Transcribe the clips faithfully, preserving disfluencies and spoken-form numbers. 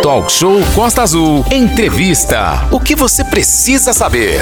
Talk Show Costa Azul. Entrevista. O que você precisa saber?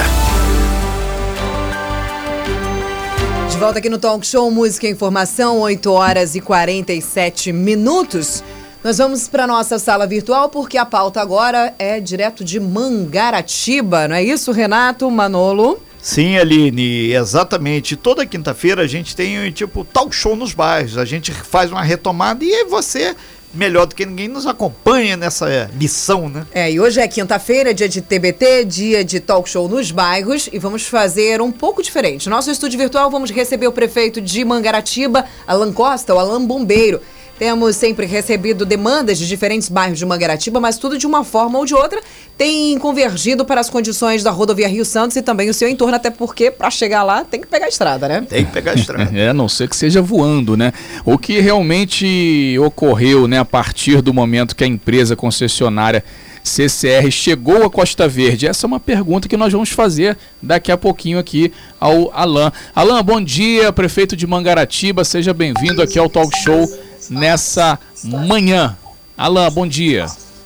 De volta aqui no Talk Show Música e Informação, oito horas e quarenta e sete minutos. Nós vamos para nossa sala virtual porque a pauta agora é direto de Mangaratiba, não é isso, Renato, Manolo? Sim, Aline, exatamente. Toda quinta-feira a gente tem tipo talk show nos bairros. A gente faz uma retomada e você, melhor do que ninguém, nos acompanha nessa missão, né? É, e hoje é quinta-feira, dia de T B T, dia de talk show nos bairros, e vamos fazer um pouco diferente. No nosso estúdio virtual vamos receber o prefeito de Mangaratiba, Alan Costa, o Alan Bombeiro. Temos sempre recebido demandas de diferentes bairros de Mangaratiba, mas tudo de uma forma ou de outra tem convergido para as condições da rodovia Rio Santos e também o seu entorno, até porque para chegar lá tem que pegar a estrada, né? Tem que pegar a estrada. É, a não ser que seja voando, né? O que realmente ocorreu, né, a partir do momento que a empresa concessionária C C R chegou a Costa Verde? Essa é uma pergunta que nós vamos fazer daqui a pouquinho aqui ao Alan. Alan, bom dia, prefeito de Mangaratiba, seja bem-vindo aqui ao Talk Show nessa manhã. Alan, bom dia.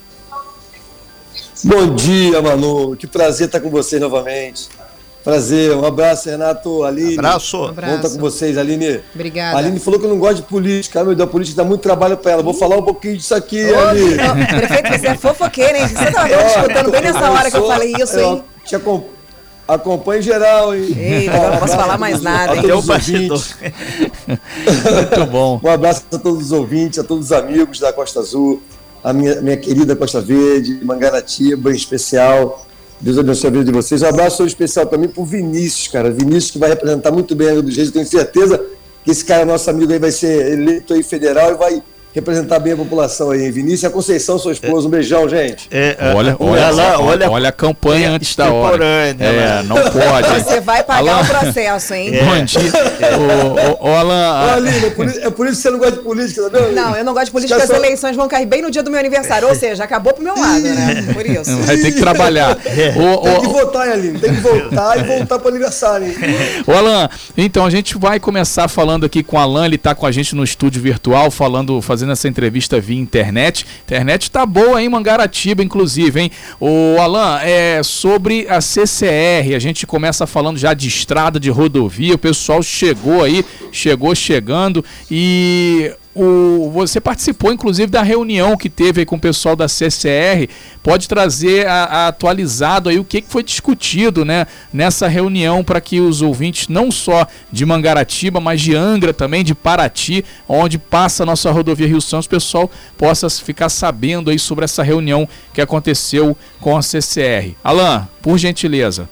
Bom dia, Manu. Que prazer estar com vocês novamente. Prazer. Um abraço, Renato, Aline. Abraço. Um abraço. Bom estar com vocês, Aline. Obrigada. A Aline falou que não gosta de política. Ah, meu Deus, a política dá muito trabalho para ela. Vou falar um pouquinho disso aqui, Ô, Aline. ô, prefeito, você é fofoqueiro, hein? Você estava É, escutando bem nessa hora que eu falei isso, hein? Te acompanho. Acompanha em geral, hein? Eita, agora não posso falar mais nada, hein? A todos os ouvintes. Muito bom. Um abraço a todos os ouvintes, a todos os amigos da Costa Azul, a minha, minha querida Costa Verde, Mangaratiba em especial. Deus abençoe a vida de vocês. Um abraço todo especial também pro Vinícius, cara. Vinícius que vai representar muito bem a Angra dos Reis. Eu tenho certeza que esse cara, nosso amigo aí, vai ser eleito aí federal e vai representar bem a população aí. Vinícius e a Conceição, sua esposa. Um beijão, gente. É, olha, olha, olha, olha, olha a campanha é, antes da hora. É, não pode. Você vai pagar o processo, hein? É. Bom dia. Ô, Alan. Aline, é por, é por isso que você não gosta de política, tá vendo? Não, eu não gosto de política, as só... eleições vão cair bem no dia do meu aniversário. Ou seja, acabou pro meu lado, né? Por isso. Vai ter que trabalhar. É. O, tem o... que votar, Aline. Tem que votar e voltar pro aniversário, hein? Ô, Alan, então a gente vai começar falando aqui com o Alan. Ele tá com a gente no estúdio virtual, falando, fazendo essa entrevista via internet. Internet tá boa, hein, Mangaratiba, inclusive, hein? O Alan, é sobre a C C R, a gente começa falando já de estrada, de rodovia, o pessoal chegou aí, chegou chegando e... O, você participou, inclusive, da reunião que teve aí com o pessoal da C C R. Pode trazer a, a atualizado aí o que, que foi discutido, né, nessa reunião para que os ouvintes, não só de Mangaratiba, mas de Angra também, de Paraty, onde passa a nossa rodovia Rio Santos, o pessoal possa ficar sabendo aí sobre essa reunião que aconteceu com a C C R. Alan, por gentileza.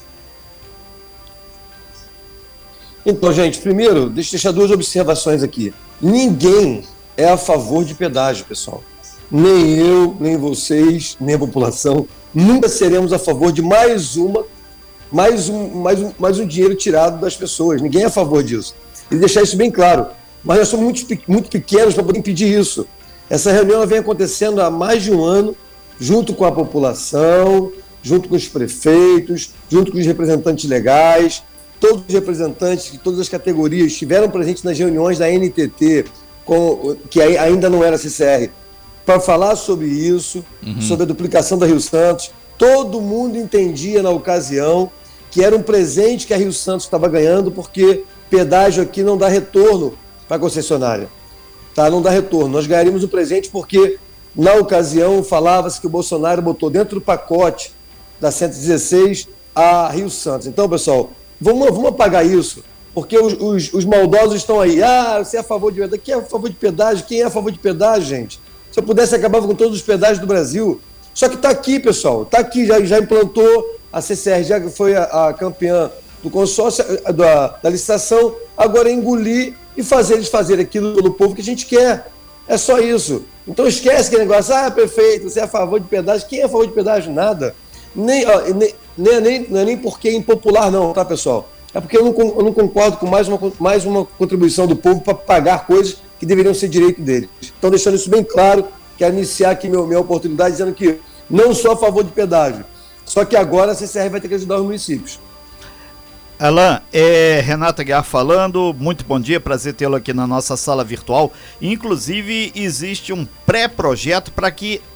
Então, gente, primeiro, deixa eu deixar duas observações aqui. Ninguém é a favor de pedágio, pessoal. Nem eu, nem vocês, nem a população. Nunca seremos a favor de mais uma, mais um, mais um, mais um dinheiro tirado das pessoas. Ninguém é a favor disso. E deixar isso bem claro. Mas nós somos muito, muito pequenos para poder impedir isso. Essa reunião vem acontecendo há mais de um ano, junto com a população, junto com os prefeitos, junto com os representantes legais. Todos os representantes de todas as categorias estiveram presentes nas reuniões da N T T, com, que ainda não era C C R, para falar sobre isso, uhum. sobre a duplicação da Rio Santos. Todo mundo entendia na ocasião que era um presente que a Rio Santos estava ganhando, porque pedágio aqui não dá retorno para a concessionária. Tá? Não dá retorno. Nós ganharíamos um presente porque, na ocasião, falava-se que o Bolsonaro botou dentro do pacote da cento e dezesseis a Rio Santos. Então, pessoal... Vamos, vamos apagar isso, porque os, os, os maldosos estão aí. Ah, você é a favor de pedágio. Quem é a favor de pedágio? Quem é a favor de pedágio, gente? Se eu pudesse, acabava com todos os pedágios do Brasil. Só que está aqui, pessoal. Está aqui, já, já implantou. A C C R já foi a, a campeã do consórcio, da, da licitação. Agora é engolir e fazer eles fazerem aquilo pelo povo que a gente quer. É só isso. Então esquece aquele negócio. Ah, prefeito, você é a favor de pedágio. Quem é a favor de pedágio? Nada. Nem, ó, nem, nem, nem, não é nem porque é impopular, não, tá, pessoal? É porque eu não, eu não concordo com mais uma, mais uma contribuição do povo para pagar coisas que deveriam ser direito deles. Então, deixando isso bem claro, quero iniciar aqui meu, minha oportunidade dizendo que não sou a favor de pedágio, só que agora a C C R vai ter que ajudar os municípios. Alan, é Renata Guiar falando, muito bom dia, prazer tê-lo aqui na nossa sala virtual. Inclusive, existe um pré-projeto para que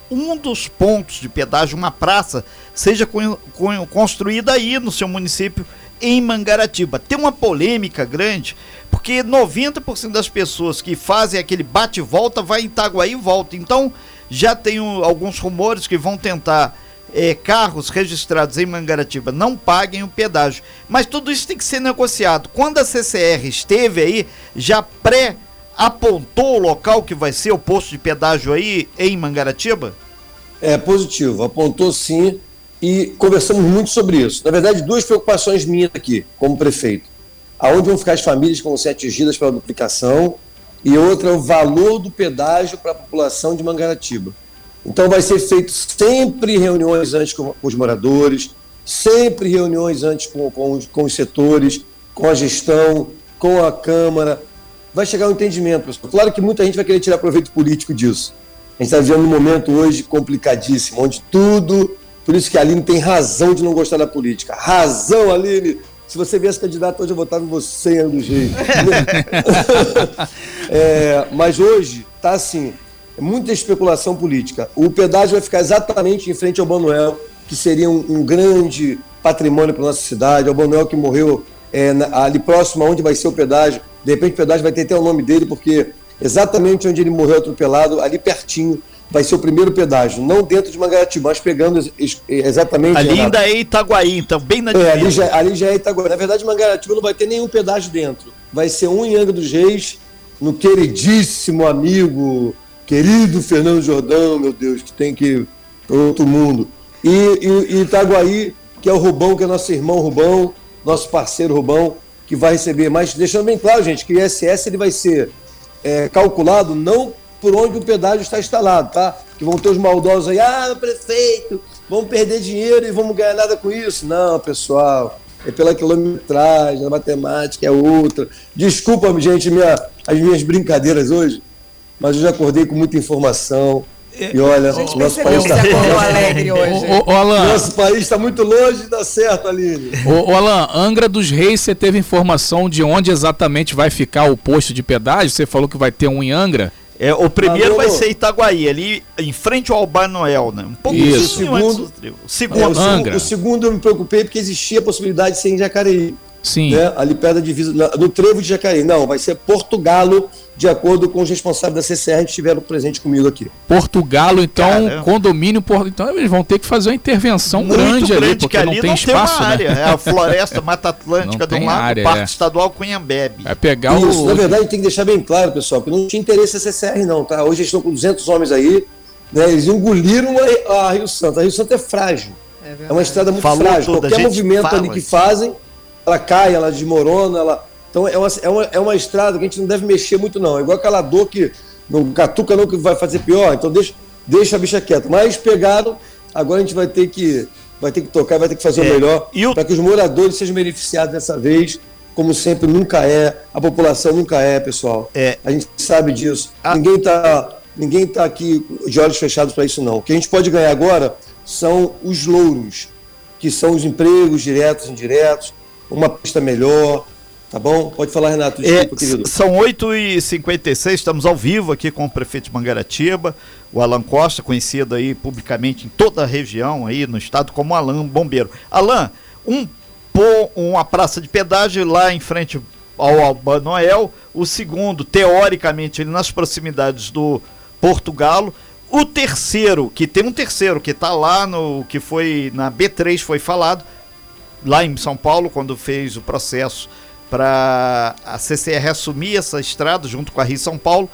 um dos pontos de pedágio, uma praça, seja com, com, construída aí no seu município, em Mangaratiba. Tem uma polêmica grande, porque noventa por cento das pessoas que fazem aquele bate e volta vai em Itaguaí e volta. Então, já tem um, alguns rumores que vão tentar é, carros registrados em Mangaratiba não paguem o pedágio. Mas tudo isso tem que ser negociado. Quando a C C R esteve aí, já pré-apontou o local que vai ser o posto de pedágio aí em Mangaratiba? É positivo, apontou sim. E conversamos muito sobre isso. Na verdade, duas preocupações minhas aqui, como prefeito. Aonde vão ficar as famílias que vão ser atingidas pela duplicação, e outra é o valor do pedágio para a população de Mangaratiba. Então vai ser feito sempre reuniões antes com os moradores, sempre reuniões antes com, com, os, com os setores, com a gestão, com a Câmara. Vai chegar um entendimento, pessoal. Claro que muita gente vai querer tirar proveito político disso. A gente está vivendo um momento hoje complicadíssimo, onde tudo... Por isso que a Aline tem razão de não gostar da política. Razão, Aline! Se você viesse candidato hoje, eu votava em você, do jeito. é, mas hoje está assim, muita especulação política. O pedágio vai ficar exatamente em frente ao Manuel, que seria um, um grande patrimônio para a nossa cidade. É o Manuel que morreu é, na, ali próximo aonde vai ser o pedágio. De repente o pedágio vai ter até o nome dele, porque exatamente onde ele morreu atropelado, ali pertinho, vai ser o primeiro pedágio, não dentro de Mangaratiba, mas pegando exatamente... Ali ainda é Itaguaí, então bem na é, ali, já, ali já é Itaguaí. Na verdade, Mangaratiba não vai ter nenhum pedágio dentro. Vai ser um em Angra dos Reis, no queridíssimo amigo, querido Fernando Jordão, meu Deus, que tem que ir para outro mundo. E, e, e Itaguaí, que é o Rubão, que é nosso irmão Rubão, nosso parceiro Rubão, que vai receber. Mas deixando bem claro, gente, que o I S S ele vai ser é, calculado não por onde o pedágio está instalado, tá? Que vão ter os maldosos aí, ah, prefeito, vamos perder dinheiro e vamos ganhar nada com isso. Não, pessoal, é pela quilometragem, a matemática é outra. Desculpa, gente, minha, as minhas brincadeiras hoje, mas eu já acordei com muita informação. E olha, o nosso país está alegre hoje. Ô, ô, Alan, nosso país está muito longe de dar certo, Aline. Ô, ô, Alan, Angra dos Reis, você teve informação de onde exatamente vai ficar o posto de pedágio? Você falou que vai ter um em Angra? É, o primeiro ah, vai ser Itaguaí, ali em frente ao Bar Noel, né? Um pouco isso. O segundo, o segundo, é, o, Angra. o segundo eu me preocupei porque existia a possibilidade de ser em Jacareí. Sim. Né? Ali perto da divisa, no trevo de Jacareí. Não, vai ser Portugalo, de acordo com os responsáveis da C C R que estiveram presentes comigo aqui. Portugalo, então, Caramba. condomínio, por... então eles vão ter que fazer uma intervenção muito grande, grande ali, porque ali não tem não espaço, tem uma área. né? É a floresta, Mata Atlântica Não do tem lado, área, o Parque é. Estadual Cunhambebe. Vai pegar Isso, o... na verdade tem que deixar bem claro, pessoal, que não tinha interesse a C C R não, tá? Hoje eles estão com duzentos homens aí, né? Eles engoliram a, a Rio Santo. A Rio Santo é frágil. É, é uma estrada muito Falou frágil. tudo, a Qualquer gente movimento fala ali que isso. fazem, ela cai, ela desmorona, ela... Então é uma, é, uma, é uma estrada que a gente não deve mexer muito não. É igual aquela dor que não catuca não que vai fazer pior, então deixa, deixa a bicha quieta. Mas pegaram, agora a gente vai ter que, vai ter que tocar, vai ter que fazer É, o melhor e o- para que os moradores sejam beneficiados dessa vez, como sempre nunca é, a população nunca é, pessoal. É. A gente sabe disso. Ah. Ninguém está ninguém tá aqui de olhos fechados para isso não. O que a gente pode ganhar agora são os louros, que são os empregos diretos e indiretos, uma pista melhor. Tá bom? Pode falar, Renato. É, Desculpa, querido. são oito e cinquenta e seis, estamos ao vivo aqui com o prefeito de Mangaratiba, o Alan Costa, conhecido aí publicamente em toda a região aí no estado como Alan Bombeiro. Alan, um, pô- uma praça de pedágio lá em frente ao Alba Noel, o segundo, teoricamente, ali nas proximidades do Portugalo, o terceiro, que tem um terceiro que está lá no, que foi na B três, foi falado, lá em São Paulo, quando fez o processo para a C C R assumir essa estrada junto com a Rio São Paulo,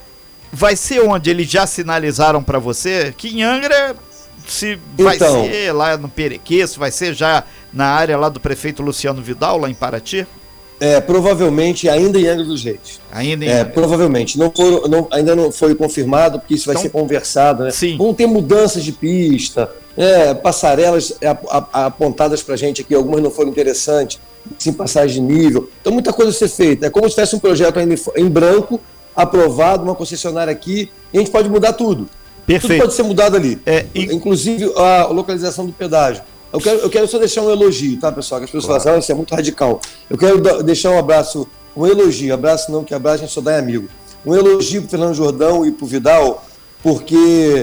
vai ser onde eles já sinalizaram para você que em Angra, se vai Então. ser lá no Perequê, se vai ser já na área lá do prefeito Luciano Vidal, lá em Paraty, É, provavelmente ainda em Angra dos Reis. ainda em É, Angra. provavelmente. Não foram- não- ainda não foi confirmado, porque isso vai Então, ser conversado, né? sim. Vão ter mudanças de pista, é, passarelas é, ap- ap- apontadas pra gente aqui, algumas não foram interessantes, sim, passagem de nível. Então, muita coisa a ser feita. É como se tivesse um projeto ainda em fo- em branco, aprovado, uma concessionária aqui, e a gente pode mudar tudo. Tudo Perfeito. pode ser mudado ali. É, e- Inclusive a localização do pedágio. Eu quero, eu quero só deixar um elogio, tá, pessoal? Que as pessoas falam assim, "Ah, isso é muito radical." Eu quero da- deixar um abraço, um elogio, abraço não, que abraço a gente só dá em amigo. Um elogio pro Fernando Jordão e pro Vidal, porque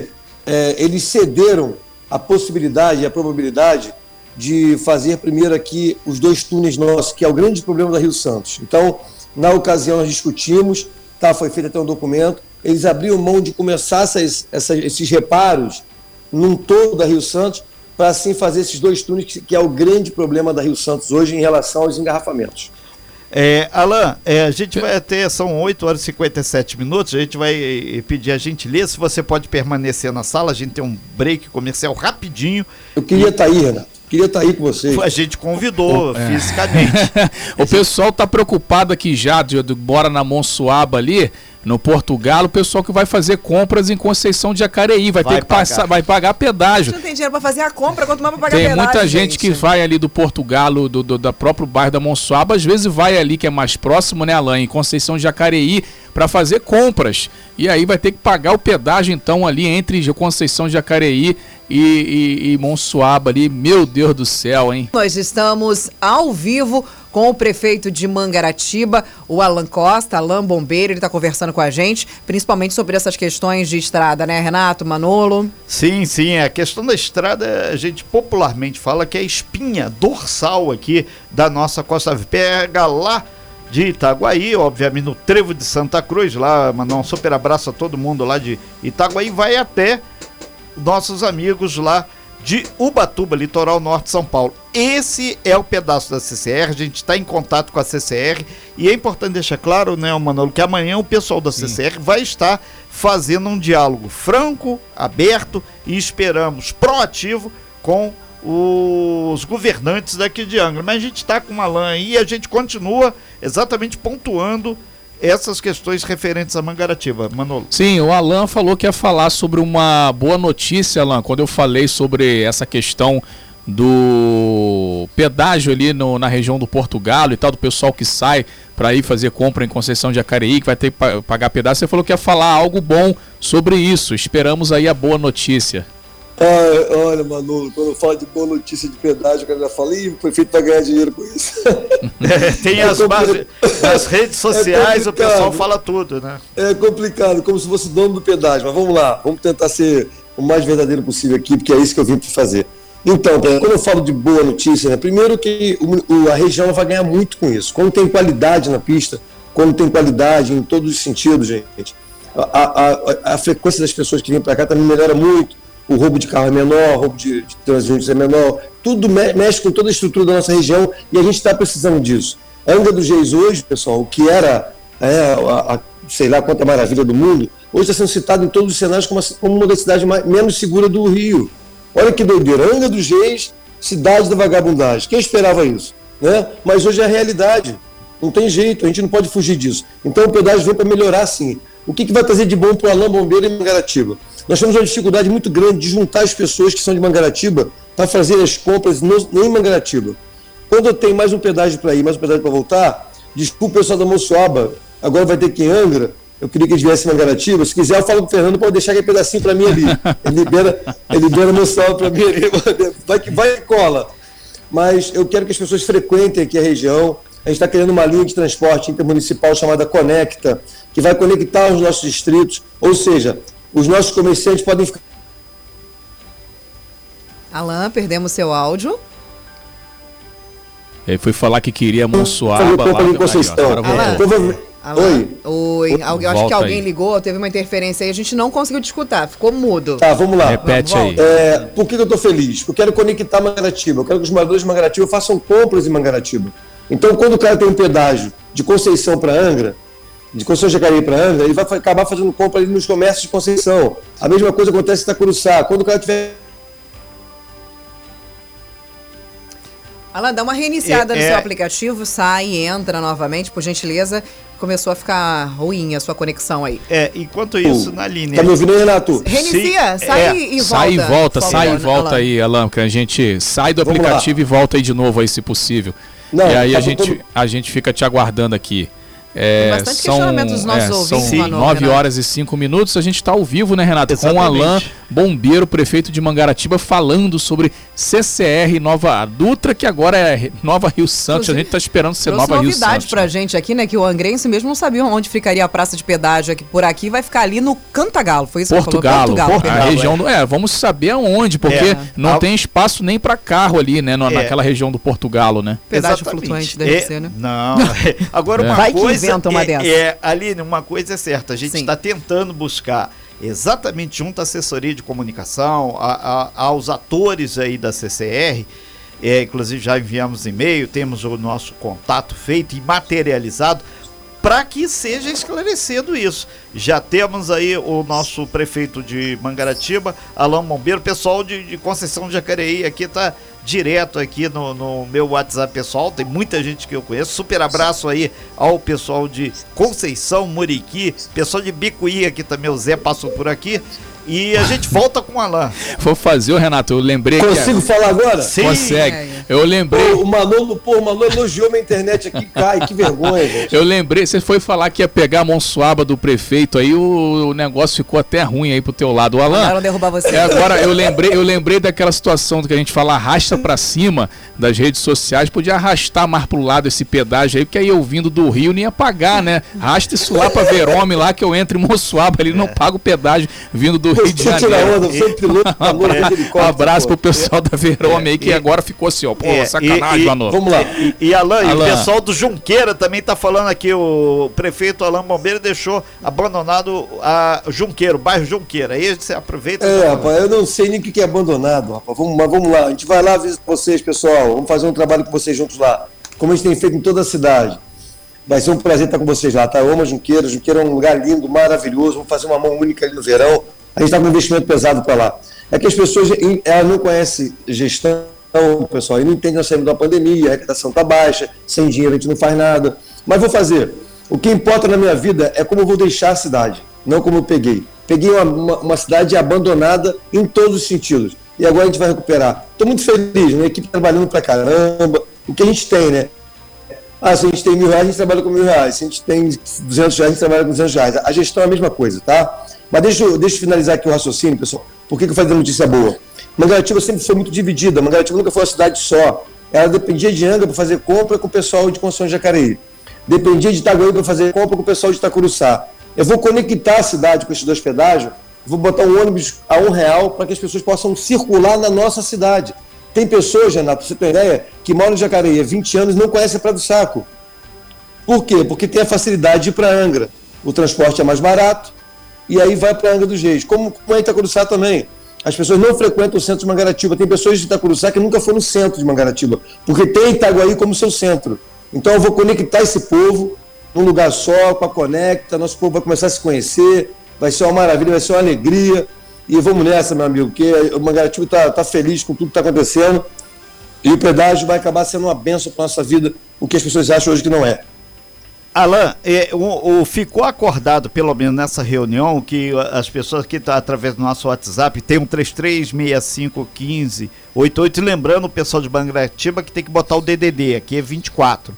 é, eles cederam a possibilidade e a probabilidade de fazer primeiro aqui os dois túneis nossos, que é o grande problema da Rio Santos. Então, na ocasião nós discutimos, tá, foi feito até um documento, eles abriram mão de começar essas, essas, esses reparos num todo da Rio Santos, para assim fazer esses dois túneis, que, que é o grande problema da Rio Santos hoje em relação aos engarrafamentos. É, Alan, é, a gente vai ter, são oito horas e cinquenta e sete minutos, a gente vai pedir a gentileza, se você pode permanecer na sala, a gente tem um break comercial rapidinho. Eu queria estar aí, Renato, queria estar aí com vocês. A gente convidou é. fisicamente. O gente... pessoal tá preocupado aqui já, de, de, bora na Monsuaba ali, no Portugal, o pessoal que vai fazer compras em Conceição de Jacareí, vai, vai ter que pagar. passar, vai pagar pedágio. Não tem dinheiro para fazer a compra, quanto mais para pagar tem pedágio. Tem muita gente, gente que vai ali do Portugal, do, do, do próprio bairro da Monsuaba, às vezes vai ali, que é mais próximo, né, Alain, em Conceição de Jacareí, para fazer compras. E aí vai ter que pagar o pedágio, então, ali entre Conceição de Jacareí e, e, e Monsuaba ali. Meu Deus do céu, hein? Nós estamos ao vivo com o prefeito de Mangaratiba, o Alan Costa, Alan Bombeiro, ele está conversando com a gente, principalmente sobre essas questões de estrada, né, Renato, Manolo? Sim, sim, a questão da estrada, a gente popularmente fala que é a espinha dorsal aqui da nossa Costa Verde. Pega lá de Itaguaí, obviamente no Trevo de Santa Cruz, lá, mandar um super abraço a todo mundo lá de Itaguaí, vai até nossos amigos lá de Ubatuba, litoral norte de São Paulo. Esse é o pedaço da C C R, a gente está em contato com a C C R e é importante deixar claro, né, Manolo, que amanhã o pessoal da C C R Sim. vai estar fazendo um diálogo franco, aberto e esperamos proativo com os governantes daqui de Angra. Mas a gente está com uma lã aí e a gente continua exatamente pontuando essas questões referentes a Mangaratiba. Manolo. Sim, o Alan falou que ia falar sobre uma boa notícia, Alan, quando eu falei sobre essa questão do pedágio ali no, na região do Portugal e tal, do pessoal que sai para ir fazer compra em Conceição de Jacareí, que vai ter que pagar pedágio. Você falou que ia falar algo bom sobre isso. Esperamos aí a boa notícia. Ah, olha, Manolo, quando eu falo de boa notícia de pedágio, o cara já fala, ih, foi feito para ganhar dinheiro com isso. É, tem é as bases, nas redes sociais, é o pessoal fala tudo, né? É complicado, como se fosse dono do pedágio, mas vamos lá, vamos tentar ser o mais verdadeiro possível aqui, porque é isso que eu vim para fazer. Então, quando eu falo de boa notícia, né, primeiro que o, a região vai ganhar muito com isso. Quando tem qualidade na pista, quando tem qualidade em todos os sentidos, gente, a, a, a, a frequência das pessoas que vêm para cá também melhora muito. O roubo de carro é menor, o roubo de, de transeuntes é menor, tudo me, mexe com toda a estrutura da nossa região e a gente está precisando disso. A Angra dos Reis hoje, pessoal, o que era, é, a, a, sei lá quanta maravilha do mundo, hoje está sendo citado em todos os cenários como, a, como uma das cidades mais, menos seguras do Rio. Olha que doideira, Angra dos Reis, cidade da vagabundagem. Quem esperava isso? Né? Mas hoje é a realidade, não tem jeito, a gente não pode fugir disso. Então o pedágio vem para melhorar sim. O que, que vai trazer de bom para o Alan Bombeiro e Mangaratiba? Nós temos uma dificuldade muito grande de juntar as pessoas que são de Mangaratiba para fazer as compras no, em Mangaratiba. Quando eu tenho mais um pedágio para ir, mais um pedágio para voltar, desculpa o pessoal da Monsuaba, agora vai ter que ir em Angra, eu queria que eles viessem em Mangaratiba, se quiser eu falo com o Fernando, pode deixar aquele pedacinho para mim ali, ele libera, ele libera a Monsuaba para mim ali, vai que vai e cola. Mas eu quero que as pessoas frequentem aqui a região, a gente está criando uma linha de transporte intermunicipal chamada Conecta, que vai conectar os nossos distritos, ou seja, os nossos comerciantes podem ficar... Alan, perdemos seu áudio. Ele foi falar que queria Monsuaba. Lá, aí, ó, Alan, vou... Alan, oi. Oi. Eu acho que alguém aí. ligou, teve uma interferência aí, a gente não conseguiu te escutar, ficou mudo. Tá, vamos lá. Repete vamos, aí. É, por que eu estou feliz? Porque eu quero conectar Mangaratiba, eu quero que os moradores de Mangaratiba façam compras em Mangaratiba. Então, quando o cara tem um pedágio de Conceição para Angra, de Conceição de Jacareí para Angra, ele vai acabar fazendo compra ali nos comércios de Conceição. A mesma coisa acontece em Itacuruçá. Quando o cara tiver... Alan, dá uma reiniciada é, no é... seu aplicativo, sai e entra novamente, por gentileza. Começou a ficar ruim a sua conexão aí. É, enquanto isso, na linha... Tá me ouvindo aí, Renato? Reinicia, Sim, sai é. e volta. Sai e volta, sai e volta Alan. aí, Alan, que a gente sai do Vamos aplicativo lá. e volta aí de novo aí, se possível. Não, e aí tá a gente, todo... a gente fica te aguardando aqui. É, bastante são, questionamento dos nossos é, ouvintes, são Manu, nove Renato. horas e cinco minutos. A gente está ao vivo, né, Renato? Exatamente. Com o Alain Bombeiro, prefeito de Mangaratiba, falando sobre C C R Nova Dutra, que agora é Nova Rio Santos. A gente está esperando ser Trouxe Nova Rio Santos. novidade pra gente aqui, né? Que o angrense mesmo não sabia onde ficaria a praça de pedágio aqui por aqui. Vai ficar ali no Cantagalo. Foi isso que Porto você falou? Galo, Porto Galo. a região do, é, vamos saber aonde, porque É. não A- tem espaço nem para carro ali, né, no, É. naquela região do Porto Galo, né? Pedágio Exatamente. flutuante deve É, ser, né? Não. Agora, É. uma Vai que coisa inventa uma é, dessa. é, Aline, uma coisa é certa. A gente Sim. está tentando buscar exatamente junto à assessoria de comunicação, a, a, aos atores aí da C C R, é, inclusive já enviamos e-mail, temos o nosso contato feito e materializado, para que seja esclarecido isso. Já temos aí o nosso prefeito de Mangaratiba, Alain Bombeiro, pessoal de, de Conceição de Jacareí, aqui está direto aqui no, no meu WhatsApp pessoal, tem muita gente que eu conheço. Super abraço aí ao pessoal de Conceição, Muriqui, pessoal de Bicuí aqui também, o Zé passou por aqui. E a gente volta com o Alain. Vou fazer, o Renato, eu lembrei Consigo que... falar agora? Sim. Consegue. É, é. Eu lembrei... Pô, o Manolo, pô, o Manolo elogiou minha internet aqui, cai, que vergonha, gente. Eu lembrei, você foi falar que ia pegar a Monsuaba do prefeito aí, o, o negócio ficou até ruim aí pro teu lado. O Alain, Mandaram derrubar você. é, agora eu lembrei, eu lembrei daquela situação do que a gente fala, arrasta pra cima das redes sociais, podia arrastar mais pro lado esse pedágio aí, porque aí eu vindo do Rio não ia pagar, né? Arrasta isso lá pra Verome lá, que eu entro em Monsuaba ali, não pago o pedágio vindo do Rio de Você tira Janeiro. onda, você é piloto, Manolo, É. de Um helicóptero, abraço pô. pro pessoal da Verome aí, que e- agora ficou assim, ó, pô, É, sacanagem, e- e- Manolo. Vamos lá. E, e Alain, e Alain. o pessoal do Junqueira também tá falando aqui, o prefeito Alain Bombeiro deixou abandonado a Junqueira, o bairro Junqueira. Aí você aproveita. e É, tá rapaz, eu não sei nem o que que é abandonado, rapaz. Vamos, mas vamos lá, a gente vai lá visitar vocês, pessoal. Vamos fazer um trabalho com vocês juntos lá. Como a gente tem feito em toda a cidade. Vai ser um prazer estar com vocês lá, tá? Eu amo a Junqueira. Junqueira é um lugar lindo, maravilhoso. Vamos fazer uma mão única ali no verão. A gente está com um investimento pesado para lá. É que as pessoas elas não conhecem gestão, pessoal, e não entendem nós saímos da pandemia, a arrecadação está baixa, sem dinheiro a gente não faz nada. Mas vou fazer. O que importa na minha vida é como eu vou deixar a cidade, não como eu peguei. Peguei uma, uma, uma cidade abandonada em todos os sentidos. E agora a gente vai recuperar. Estou muito feliz, né? A equipe trabalhando pra caramba. O que a gente tem, né? Ah, se a gente tem mil reais, a gente trabalha com mil reais. Se a gente tem duzentos reais, a gente trabalha com duzentos reais. A gestão é a mesma coisa, tá? Mas deixa eu, deixa eu finalizar aqui o raciocínio, pessoal. Por que, que eu falei da notícia boa? Mangaratiba sempre foi muito dividida. Mangaratiba nunca foi uma cidade só. Ela dependia de Angra para fazer compra com o pessoal de Conceição de Jacareí. Dependia de Itaguaí para fazer compra com o pessoal de Itacuruçá. Eu vou conectar a cidade com esses dois pedágios, vou botar um ônibus a um real para que as pessoas possam circular na nossa cidade. Tem pessoas, Renato, pra você ter ideia, que moram em Jacareí há vinte anos e não conhecem a Praia do Saco. Por quê? Porque tem a facilidade de ir para Angra. O transporte é mais barato e aí vai para Angra dos Reis. Como, como é Itacuruçá também. As pessoas não frequentam o centro de Mangaratiba. Tem pessoas de Itacuruçá que nunca foram no centro de Mangaratiba, porque tem Itaguaí como seu centro. Então eu vou conectar esse povo num lugar só, com a Conecta, nosso povo vai começar a se conhecer, vai ser uma maravilha, vai ser uma alegria. E vamos nessa, meu amigo, porque o Mangaratiba está tá feliz com tudo que está acontecendo e o pedágio vai acabar sendo uma bênção para a nossa vida, o que as pessoas acham hoje que não é. Alain, é, o, o, ficou acordado, pelo menos nessa reunião, que as pessoas que estão através do nosso WhatsApp tem um três três seis cinco um cinco oito oito, lembrando o pessoal de Mangaratiba que tem que botar o D D D, aqui é vinte e quatro.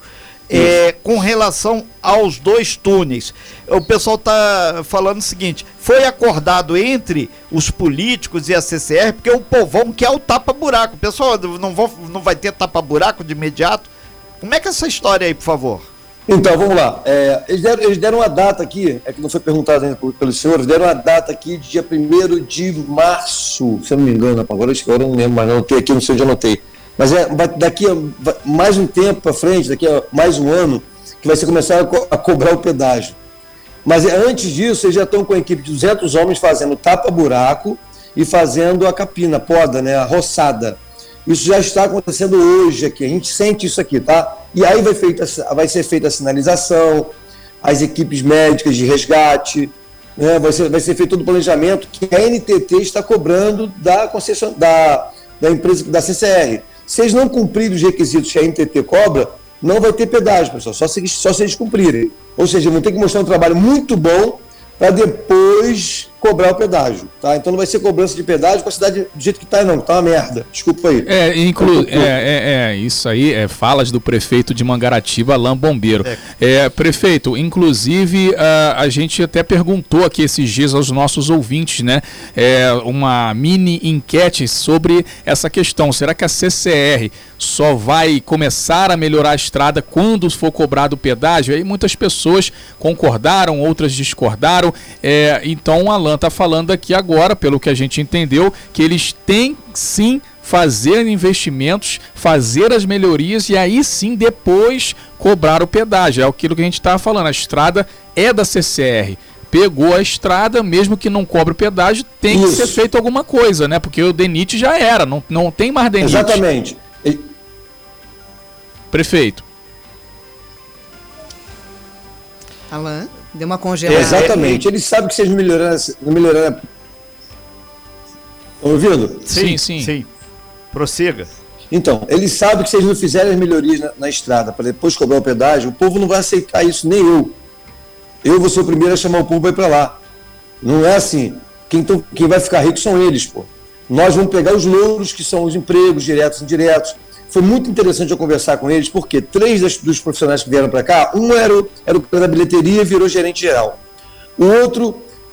É, com relação aos dois túneis, o pessoal está falando o seguinte: foi acordado entre os políticos e a C C R, porque o povão quer o tapa-buraco. Pessoal, não, vão, não vai ter tapa-buraco de imediato? Como é que é essa história aí, por favor? Então, vamos lá. É, eles, deram, eles deram uma data aqui, é que não foi perguntado ainda pelos senhores, deram uma data aqui de dia primeiro de março, se eu não me engano, agora, agora eu não lembro, mas não anotei aqui, não sei onde anotei. Mas é daqui a mais um tempo para frente, daqui a mais um ano, que vai ser começar a, co a cobrar o pedágio. Mas é, antes disso, eles já estão com a equipe de duzentos homens fazendo tapa-buraco e fazendo a capina, a poda, né, a roçada. Isso já está acontecendo hoje aqui, a gente sente isso aqui, tá? E aí vai, feita, vai ser feita a sinalização, as equipes médicas de resgate, né? vai, ser, vai ser feito todo o planejamento que a N T T está cobrando da concessão, da, da empresa, da C C R. Se eles não cumprirem os requisitos que a N T T cobra, não vai ter pedágio, pessoal, só se, só se eles cumprirem. Ou seja, vão ter que mostrar um trabalho muito bom para depois cobrar o pedágio, tá? Então não vai ser cobrança de pedágio com a cidade do jeito que tá, não, tá uma merda, desculpa aí. É, inclu é, é, é, isso aí, é falas do prefeito de Mangaratiba, Alain Bombeiro. É. É, prefeito, inclusive, a, a gente até perguntou aqui esses dias aos nossos ouvintes, né, é, uma mini enquete sobre essa questão, será que a C C R só vai começar a melhorar a estrada quando for cobrado o pedágio? Aí muitas pessoas concordaram, outras discordaram, é, então o Alain está falando aqui agora, pelo que a gente entendeu, que eles têm sim fazer investimentos, fazer as melhorias e aí sim depois cobrar o pedágio. É aquilo que a gente estava falando, a estrada é da C C R. Pegou a estrada, mesmo que não cobre o pedágio, tem Isso. que ser feito alguma coisa, né? Porque o D E N I T já era, não, não tem mais D E N I T. Exatamente. E... Prefeito. Alain, deu uma congelada. Exatamente. Eles sabem que vocês melhoraram... melhoraram... Estão ouvindo? Sim, sim. Sim. Prossiga. Então, eles sabem que se eles não fizerem as melhorias na, na estrada para depois cobrar o pedágio, o povo não vai aceitar isso, nem eu. Eu vou ser o primeiro a chamar o povo para ir para lá. Não é assim. Quem, tô, quem vai ficar rico são eles, pô. Nós vamos pegar os louros, que são os empregos diretos e indiretos. Foi muito interessante eu conversar com eles, porque três das, dos profissionais que vieram para cá, um era o, era o cara da bilheteria e virou gerente geral. O outro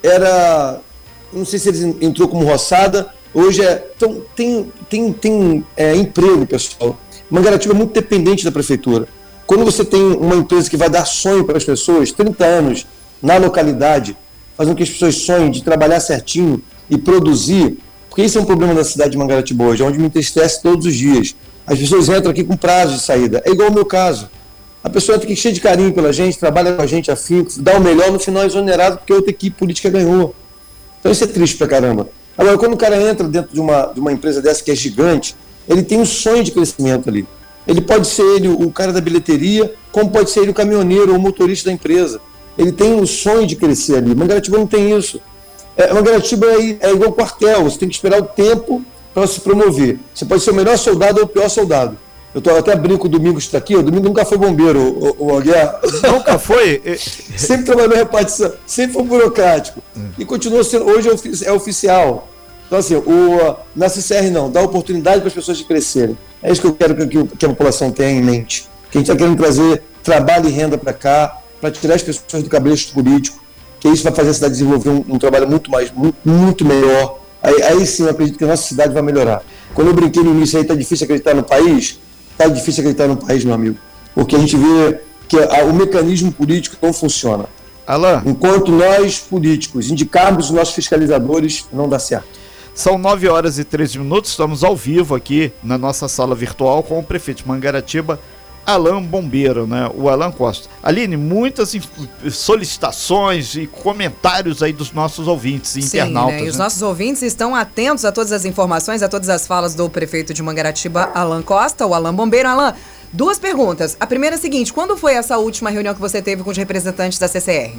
era, não sei se ele entrou como roçada, hoje é... Então, tem, tem, tem é, emprego, pessoal. Mangaratiba é muito dependente da prefeitura. Quando você tem uma empresa que vai dar sonho para as pessoas, trinta anos na localidade, fazendo com que as pessoas sonhem de trabalhar certinho e produzir, porque esse é um problema da cidade de Mangaratiba hoje, onde me entristece todos os dias. As pessoas entram aqui com prazo de saída. É igual o meu caso. A pessoa entra aqui cheia de carinho pela gente, trabalha com a gente afinco, dá o melhor, no final é exonerado porque a outra equipe política ganhou. Então isso é triste pra caramba. Agora, quando o cara entra dentro de uma, de uma empresa dessa que é gigante, ele tem um sonho de crescimento ali. Ele pode ser ele o cara da bilheteria, como pode ser ele o caminhoneiro ou o motorista da empresa. Ele tem um sonho de crescer ali. Mangaratiba não tem isso. É, Mangaratiba é, é igual quartel, você tem que esperar o tempo para se promover. Você pode ser o melhor soldado ou o pior soldado. Eu tô, até brinco, o Domingos está aqui, o Domingos nunca foi bombeiro, o, o Aguiar. Nunca foi? Sempre trabalhou em repartição, sempre foi burocrático. Hum. E continua sendo, hoje é oficial. Então assim, o, na C C R não, dá oportunidade para as pessoas de crescerem. É isso que eu quero que, que a população tenha em mente. Que a gente está querendo trazer trabalho e renda para cá, para tirar as pessoas do cabresto político, que isso vai fazer a cidade desenvolver um, um trabalho muito mais, muito, muito melhor. Aí, aí sim eu acredito que a nossa cidade vai melhorar. Quando eu brinquei no início aí, tá difícil acreditar no país, tá difícil acreditar no país, meu amigo. Porque a gente vê que a, o mecanismo político não funciona. Alain. Enquanto nós, políticos, indicarmos os nossos fiscalizadores, não dá certo. São nove horas e treze minutos, estamos ao vivo aqui na nossa sala virtual com o prefeito de Mangaratiba, Alain Bombeiro, né? O Alain Costa. Aline, muitas solicitações e comentários aí dos nossos ouvintes e Sim, internautas. Né? E os né? nossos ouvintes estão atentos a todas as informações, a todas as falas do prefeito de Mangaratiba, Alain Costa, o Alain Bombeiro. Alain, duas perguntas. A primeira é a seguinte: quando foi essa última reunião que você teve com os representantes da C C R?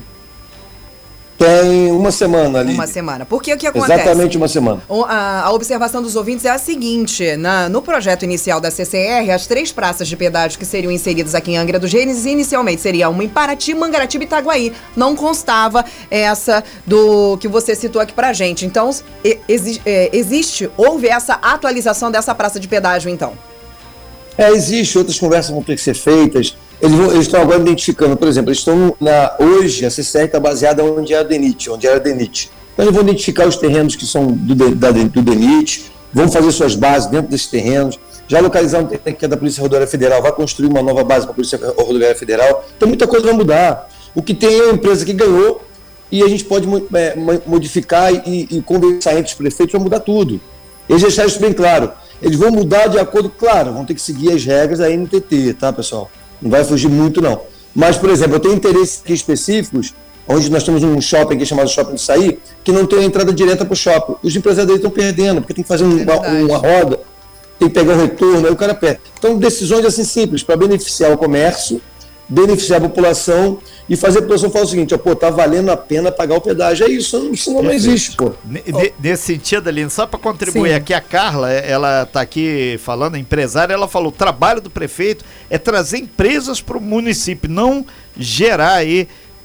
Tem uma semana ali. Uma semana. Por que o que acontece? Exatamente uma semana. A, a observação dos ouvintes é a seguinte: na, no projeto inicial da C C R, as três praças de pedágio que seriam inseridas aqui em Angra dos Reis, inicialmente seria uma em Paraty, Mangaratiba e Itaguaí. Não constava essa do que você citou aqui pra gente. Então, exi, é, existe, houve essa atualização dessa praça de pedágio, então? É, existe, outras conversas vão ter que ser feitas. Eles, vão, eles estão agora identificando, por exemplo, eles estão na, hoje a C C R está baseada onde era a D E N I T, onde era a D E N I T. Então eles vão identificar os terrenos que são do, da, do D E N I T, vão fazer suas bases dentro desses terrenos, já localizar um terreno que é da Polícia Rodoviária Federal, vai construir uma nova base para a Polícia Rodoviária Federal. Então muita coisa vai mudar. O que tem é uma empresa que ganhou e a gente pode é, modificar e, e conversar entre os prefeitos para mudar tudo. Eles deixaram isso bem claro. Eles vão mudar de acordo, claro, vão ter que seguir as regras da N T T, tá, pessoal? Não vai fugir muito, não. Mas, por exemplo, eu tenho interesses aqui específicos, onde nós temos um shopping aqui chamado Shopping do Saí, que não tem a entrada direta para o shopping. Os empresários estão perdendo, porque tem que fazer um, uma, uma roda, tem que pegar um retorno, aí o cara perde. Então, decisões assim simples, para beneficiar o comércio, beneficiar a população e fazer a população falar o seguinte: ó, pô, tá valendo a pena pagar o pedágio. É isso, isso não, não existe, pô. Nesse sentido, Aline, só para contribuir Sim. aqui, a Carla, ela tá aqui falando, empresária, ela falou: o trabalho do prefeito é trazer empresas para o município, não gerar aí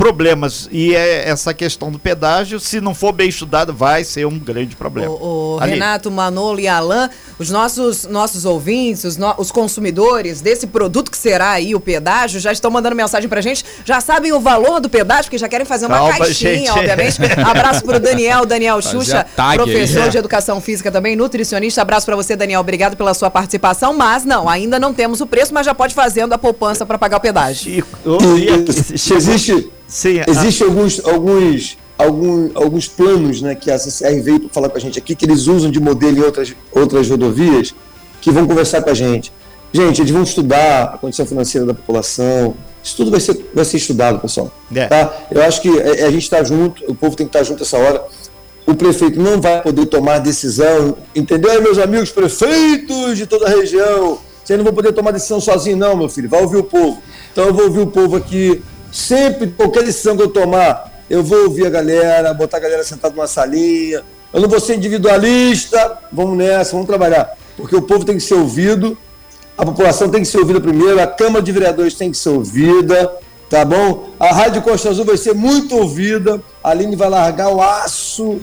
problemas. E é essa questão do pedágio, se não for bem estudado, vai ser um grande problema. O, o Renato, Manolo e Alan, os nossos, nossos ouvintes, os, no, os consumidores desse produto que será aí o pedágio, já estão mandando mensagem pra gente, já sabem o valor do pedágio, porque já querem fazer uma Calma, caixinha, gente. obviamente. Abraço pro Daniel, Daniel Xuxa, professor aí, de educação física também, nutricionista. Abraço pra você, Daniel, obrigado pela sua participação, mas não, ainda não temos o preço, mas já pode fazendo a poupança para pagar o pedágio. E, e, e, existe sim, existe a... alguns, alguns, alguns, alguns planos, né, que a C C R veio para falar com a gente aqui, que eles usam de modelo em outras, outras rodovias, que vão conversar com a gente. Gente, eles vão estudar a condição financeira da população, isso tudo vai ser, vai ser estudado, pessoal. É. Tá? Eu acho que a, a gente está junto, o povo tem que estar junto essa hora. O prefeito não vai poder tomar decisão, entendeu, meus amigos prefeitos de toda a região? Vocês não vão poder tomar decisão sozinho, não, meu filho. Vai ouvir o povo. Então eu vou ouvir o povo aqui. Sempre, qualquer decisão que eu tomar, eu vou ouvir a galera, botar a galera sentada numa salinha. Eu não vou ser individualista. Vamos nessa, vamos trabalhar. Porque o povo tem que ser ouvido, a população tem que ser ouvida primeiro, a Câmara de Vereadores tem que ser ouvida, tá bom? A Rádio Costa Azul vai ser muito ouvida. A Aline vai largar o aço.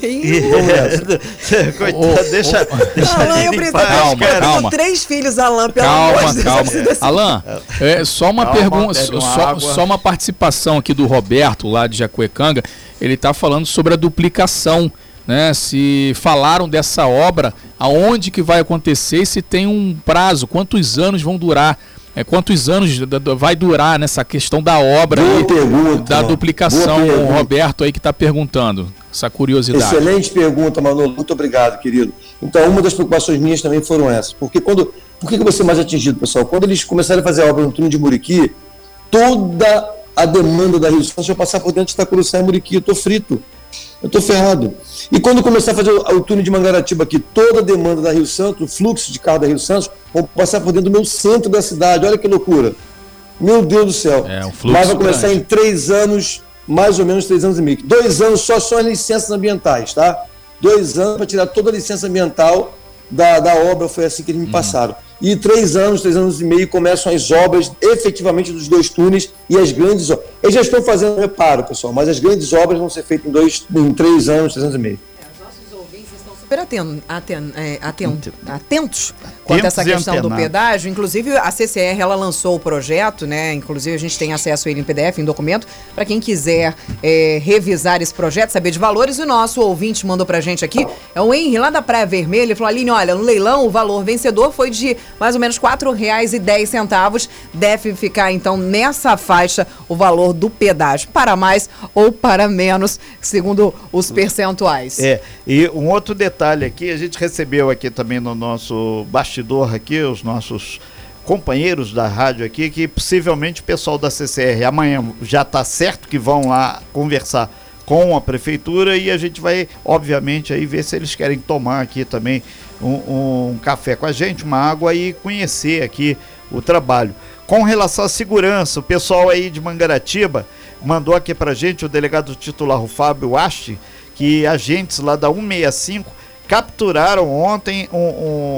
Coitado, deixa, deixa Alan, a eu Aline em preciso paz, calma, cara. calma. três filhos, Alan, pelo Calma, amor de Deus. calma. Alan, é, só uma Calma, pergunta, bebe uma só, água. só uma participação aqui do Roberto, lá de Jacuecanga. Ele está falando sobre a duplicação, né? Se falaram dessa obra, aonde que vai acontecer e se tem um prazo, quantos anos vão durar. É, quantos anos vai durar nessa questão da obra Boa aí, pergunta, da duplicação? boa O pergunta. Roberto aí que está perguntando, essa curiosidade. Excelente pergunta, Manolo. Muito obrigado, querido. Então, uma das preocupações minhas também foram essas. Porque quando, por que eu vou ser mais atingido, pessoal? Quando eles começarem a fazer a obra no túnel de Muriqui, toda a demanda da Rio Santos vai passar por dentro de Itacuruçá e Muriqui. Eu estou frito. Eu estou ferrado. E quando começar a fazer o, o túnel de Mangaratiba aqui, toda a demanda da Rio Santos, o fluxo de carro da Rio Santos, vão passar por dentro do meu centro da cidade. Olha que loucura. Meu Deus do céu. É, um fluxo Mas vai começar grande. em três anos, mais ou menos três anos e meio. Dois anos só são as licenças ambientais, tá? Dois anos para tirar toda a licença ambiental da, da obra, foi assim que eles me passaram. E três anos, três anos e meio começam as obras efetivamente dos dois túneis e as grandes obras. Eles já estão fazendo reparo, pessoal, mas as grandes obras vão ser feitas em, dois, em três anos, três anos e meio. Super aten, aten, é, aten, atentos quanto a essa Atentos e questão do antenados. pedágio. Inclusive, a C C R ela lançou o projeto, né? Inclusive, a gente tem acesso a ele em P D F, em documento, para quem quiser é, revisar esse projeto, saber de valores. E o nosso ouvinte mandou pra gente aqui, é o Henry, lá da Praia Vermelha. Ele falou: Aline, olha, no leilão o valor vencedor foi de mais ou menos quatro reais e dez centavos. Deve ficar, então, nessa faixa o valor do pedágio, para mais ou para menos, segundo os percentuais. É, e um outro detalhe aqui, a gente recebeu aqui também no nosso bastidor aqui, os nossos companheiros da rádio aqui, que possivelmente o pessoal da C C R amanhã já está certo que vão lá conversar com a prefeitura e a gente vai, obviamente, aí ver se eles querem tomar aqui também um, um café com a gente, uma água e conhecer aqui o trabalho. Com relação à segurança, o pessoal aí de Mangaratiba mandou aqui pra gente, o delegado titular, o Fábio Asti, que agentes lá da cento e sessenta e cinco capturaram ontem um,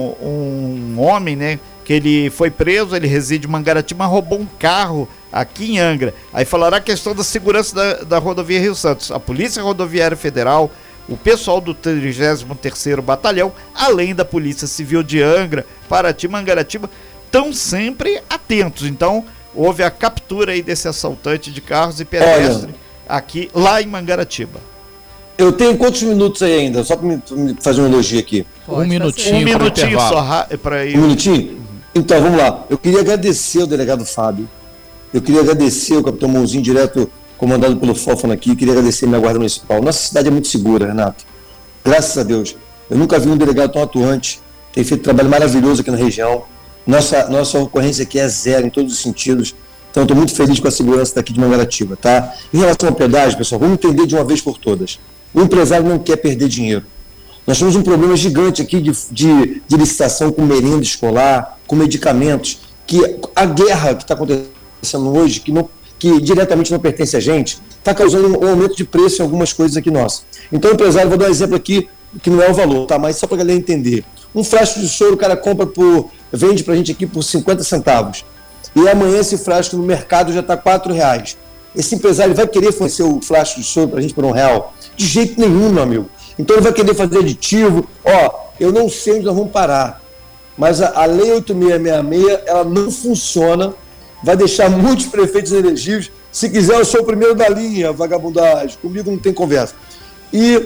um, um homem, né, que ele foi preso, ele reside em Mangaratiba, mas roubou um carro aqui em Angra. Aí falaram a questão da segurança da, da rodovia Rio Santos. A Polícia Rodoviária Federal, o pessoal do trigésimo terceiro Batalhão, além da Polícia Civil de Angra, Paraty, Mangaratiba, estão sempre atentos. Então, houve a captura aí desse assaltante de carros e pedestre aqui, lá em Mangaratiba. Eu tenho quantos minutos aí ainda? Só para me, me fazer um elogio aqui. Pode um minutinho, Um para o minutinho intervalo. só ra- pra ir. Um minutinho? Então, vamos lá. Eu queria agradecer ao delegado Fábio. Eu queria agradecer ao capitão Mãozinho, direto comandado pelo Fófano aqui. Eu queria agradecer a minha guarda municipal. Nossa cidade é muito segura, Renato. Graças a Deus. Eu nunca vi um delegado tão atuante. Tem feito um trabalho maravilhoso aqui na região. Nossa, nossa ocorrência aqui é zero em todos os sentidos. Então, estou muito feliz com a segurança daqui de Mangaratiba, tá? Em relação ao pedágio, pessoal, vamos entender de uma vez por todas. O empresário não quer perder dinheiro. Nós temos um problema gigante aqui de, de, de licitação com merenda escolar, com medicamentos, que a guerra que está acontecendo hoje, que, não, que diretamente não pertence a gente, está causando um aumento de preço em algumas coisas aqui nossas. Então, o empresário, vou dar um exemplo aqui, que não é o valor, tá? Mas só para a galera entender. Um frasco de soro o cara compra por, vende para a gente aqui por cinquenta centavos. E amanhã esse frasco no mercado já está quatro reais. Esse empresário vai querer fornecer o flash do soro para a gente por um real? De jeito nenhum, meu amigo. Então ele vai querer fazer aditivo. Ó, eu não sei onde nós vamos parar, mas a, a Lei oito mil seiscentos e sessenta e seis, ela não funciona, vai deixar muitos prefeitos inelegíveis. Se quiser, eu sou o primeiro da linha, vagabundagem. Comigo não tem conversa. E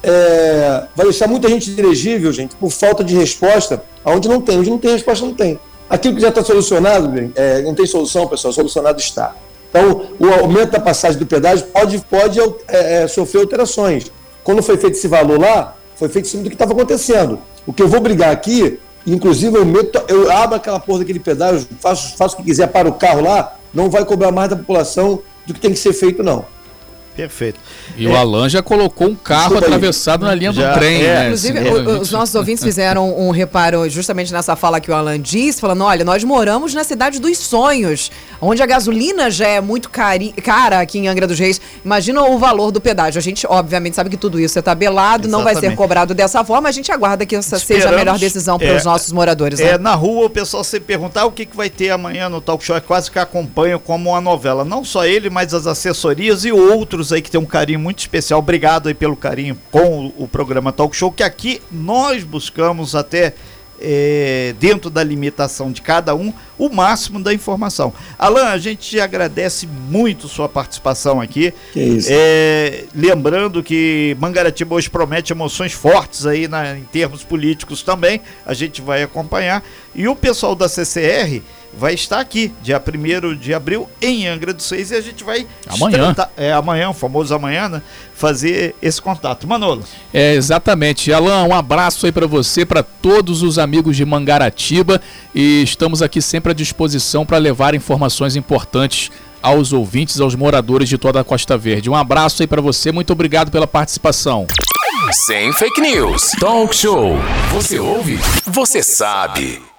é, vai deixar muita gente inelegível, gente, por falta de resposta, aonde não tem. Onde não tem resposta, não tem. Aquilo que já está solucionado, é, não tem solução, pessoal, solucionado está. Então, o aumento da passagem do pedágio pode, pode é, sofrer alterações. Quando foi feito esse valor lá, foi feito em cima do que estava acontecendo. O que eu vou brigar aqui, inclusive eu, meto, eu abro aquela porra daquele pedágio, faço, faço o que quiser para o carro lá, não vai cobrar mais da população do que tem que ser feito, não. Perfeito. E é. o Alan já colocou um carro Desculpa atravessado aí. na linha Já, do trem, é. né? Inclusive, Assim, o, os nossos ouvintes fizeram um reparo justamente nessa fala que o Alan disse, falando, olha, nós moramos na cidade dos sonhos, onde a gasolina já é muito cari- cara aqui em Angra dos Reis. Imagina o valor do pedágio. A gente, obviamente, sabe que tudo isso é tabelado, não vai ser cobrado dessa forma, a gente aguarda que essa Esperamos, seja a melhor decisão para os é, nossos moradores. É, né? na rua o pessoal sempre pergunta ah, o que, que vai ter amanhã no Talk Show, é quase que acompanho como uma novela. Não só ele, mas as assessorias e outros aí que tem um carinho muito especial. Obrigado aí pelo carinho com o, o programa Talk Show, que aqui nós buscamos até é, dentro da limitação de cada um, o máximo da informação. Alan, a gente agradece muito sua participação aqui. Que isso. É, lembrando que Mangaratiba hoje promete emoções fortes aí na, em termos políticos também, a gente vai acompanhar. E o pessoal da C C R vai estar aqui, dia primeiro de abril, em Angra dos Reis, e a gente vai amanhã, é amanhã, o famoso amanhã, né, fazer esse contato. Manolo. É, exatamente. Alan, um abraço aí para você, para todos os amigos de Mangaratiba, e estamos aqui sempre à disposição para levar informações importantes aos ouvintes, aos moradores de toda a Costa Verde. Um abraço aí para você, muito obrigado pela participação. Sem fake news. Talk Show. Você ouve? Você sabe.